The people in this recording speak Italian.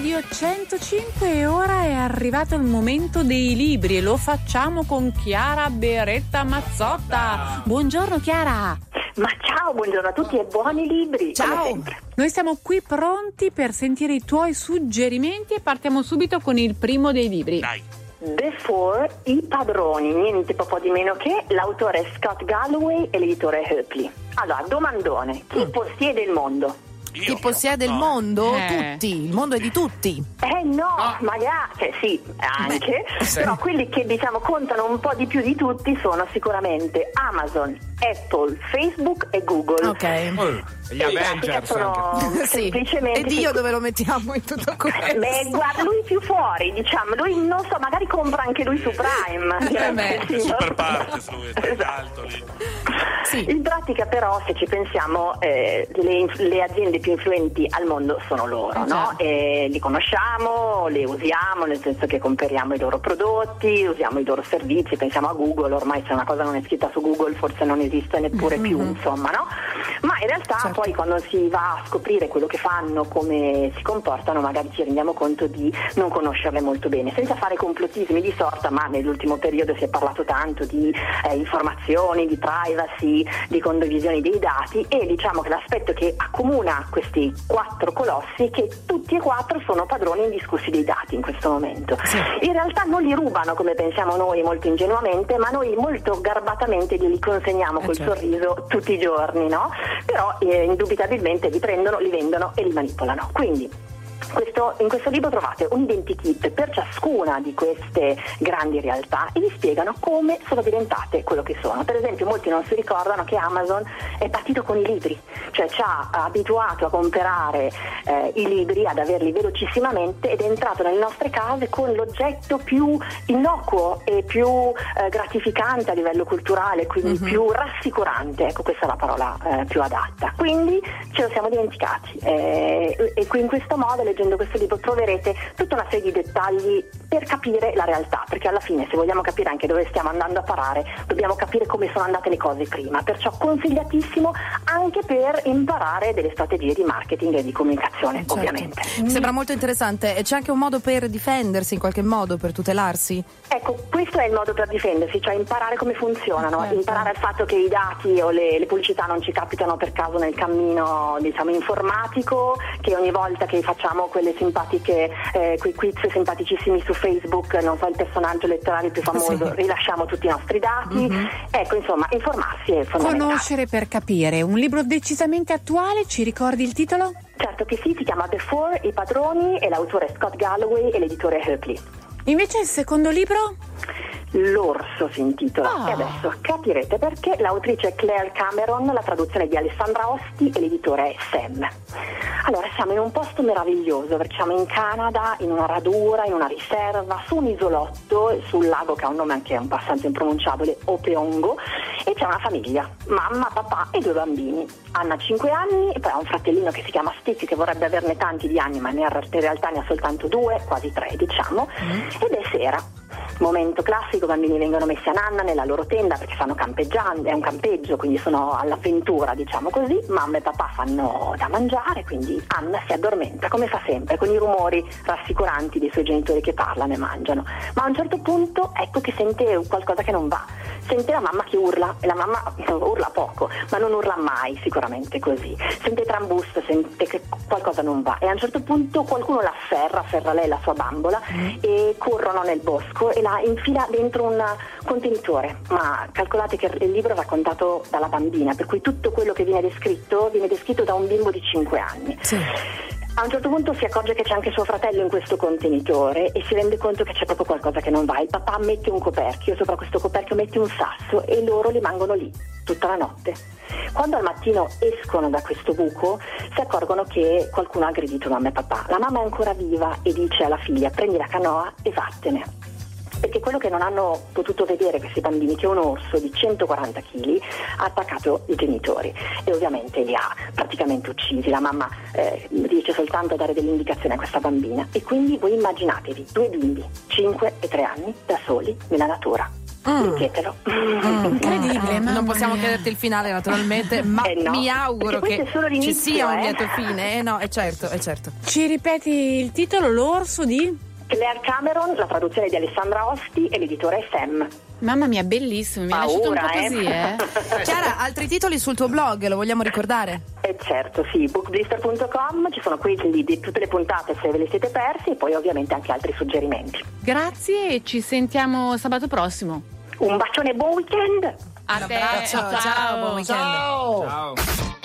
Radio 105 e ora è arrivato il momento dei libri e lo facciamo con Chiara Beretta Mazzotta. Buongiorno Chiara. Ma ciao, buongiorno a tutti e buoni libri. Ciao. Noi siamo qui pronti per sentire i tuoi suggerimenti e partiamo subito con il primo dei libri. Dai. The Four, I padroni, niente po' di meno che l'autore Scott Galloway e l'editore Hoepli. Allora, domandone, chi possiede il mondo? Chi possiede il mondo? Tutti, il mondo è di tutti. No, magari, cioè sì, anche, però quelli che diciamo contano un po' di più di tutti sono sicuramente Amazon, Apple, Facebook e Google. Ok. Gli Avengers sono sì. semplicemente. E Dio dove lo mettiamo in tutto questo? Beh, guarda, lui più fuori, diciamo, lui non so, magari compra anche lui su Prime. Super parte lui, è alto lì. Sì. In pratica però, se ci pensiamo, le aziende più influenti al mondo sono loro, no? Li conosciamo, le usiamo, nel senso che comperiamo i loro prodotti, usiamo i loro servizi, pensiamo a Google, ormai se una cosa non è scritta su Google forse non esiste neppure più, insomma, no? Ma in realtà poi quando si va a scoprire quello che fanno, come si comportano, magari ci rendiamo conto di non conoscerle molto bene, senza fare complottismi di sorta, ma nell'ultimo periodo si è parlato tanto di informazioni, di privacy, di condivisione dei dati, e diciamo che l'aspetto che accomuna questi quattro colossi è che tutti e quattro sono padroni indiscussi dei dati in questo momento. In realtà non li rubano come pensiamo noi molto ingenuamente, ma noi molto garbatamente glieli consegniamo col sorriso tutti i giorni, no? Però indubitabilmente li prendono, li vendono e li manipolano. Quindi in questo libro trovate un identikit per ciascuna di queste grandi realtà e vi spiegano come sono diventate quello che sono. Per esempio, molti non si ricordano che Amazon è partito con i libri, cioè ci ha abituato a comprare i libri, ad averli velocissimamente, ed è entrato nelle nostre case con l'oggetto più innocuo e più gratificante a livello culturale, quindi più rassicurante, ecco, questa è la parola più adatta. Quindi ce lo siamo dimenticati e qui in questo modo, leggendo questo libro, troverete tutta una serie di dettagli per capire la realtà, perché alla fine, se vogliamo capire anche dove stiamo andando a parare, dobbiamo capire come sono andate le cose prima, perciò consigliatissimo anche per imparare delle strategie di marketing e di comunicazione, ovviamente. Mi sembra molto interessante. E c'è anche un modo per difendersi in qualche modo, per tutelarsi? Ecco, questo è il modo per difendersi, cioè imparare come funzionano, imparare il fatto che i dati o le pubblicità non ci capitano per caso nel cammino, diciamo, informatico, che ogni volta che facciamo quelle simpatiche, quei quiz simpaticissimi su Facebook, non so, il personaggio letterario più famoso, rilasciamo tutti i nostri dati. Ecco, insomma, informarsi è fondamentale. Conoscere per capire, un libro decisamente attuale, ci ricordi il titolo? Certo che sì, si chiama The Four, I padroni, e l'autore Scott Galloway e l'editore Hoepli. Invece il secondo libro? L'orso si intitola, e adesso capirete perché. L'autrice è Claire Cameron, la traduzione è di Alessandra Osti e l'editore è Sam. Allora, siamo in un posto meraviglioso, perché siamo in Canada, in una radura, in una riserva, su un isolotto, sul lago che ha un nome anche abbastanza impronunciabile, Opeongo, e c'è una famiglia, mamma, papà e due bambini. Anna ha 5 anni e poi ha un fratellino che si chiama Stick, che vorrebbe averne tanti di anni, ma in realtà ne ha soltanto 2, quasi 3 diciamo, ed è sera. Momento classico, i bambini vengono messi a nanna nella loro tenda perché stanno campeggiando, è un campeggio, quindi sono all'avventura, diciamo così. Mamma e papà fanno da mangiare, quindi Anna si addormenta come fa sempre, con i rumori rassicuranti dei suoi genitori che parlano e mangiano. Ma a un certo punto ecco che sente qualcosa che non va, sente la mamma che urla, e la mamma urla poco, ma non urla mai, sicuramente così. Sente trambusto, sente che qualcosa non va, e a un certo punto qualcuno la afferra lei, la sua bambola, e corrono nel bosco e la infila dentro un contenitore. Ma calcolate che il libro è raccontato dalla bambina, per cui tutto quello che viene descritto da un bimbo di 5 anni. A un certo punto si accorge che c'è anche suo fratello in questo contenitore e si rende conto che c'è proprio qualcosa che non va. Il papà mette un coperchio, sopra questo coperchio mette un sasso, e loro rimangono lì tutta la notte. Quando al mattino escono da questo buco si accorgono che qualcuno ha aggredito mamma e papà. La mamma è ancora viva e dice alla figlia: prendi la canoa e vattene. Perché quello che non hanno potuto vedere questi bambini, che un orso di 140 kg ha attaccato i genitori e ovviamente li ha praticamente uccisi. La mamma riesce soltanto a dare delle indicazioni a questa bambina, e quindi voi immaginatevi 2 bimbi, 5 e 3 anni, da soli nella natura. Leggetelo. Incredibile, mamma Non possiamo mia. chiederti il finale naturalmente, ma no, mi auguro perché che questo è solo ci l'inizio, sia un lieto fine. No, è certo. Ci ripeti il titolo, l'orso di? Claire Cameron, la traduzione di Alessandra Osti e l'editore Sam. Mamma mia, bellissimo, mi ha lasciato un po' Paura, così, Chiara, altri titoli sul tuo blog, lo vogliamo ricordare? Certo, sì, bookblister.com, ci sono quiz lì di tutte le puntate se ve le siete persi e poi ovviamente anche altri suggerimenti. Grazie e ci sentiamo sabato prossimo. Un bacione e buon weekend! A Un te. abbraccio, ciao, buon weekend. Ciao.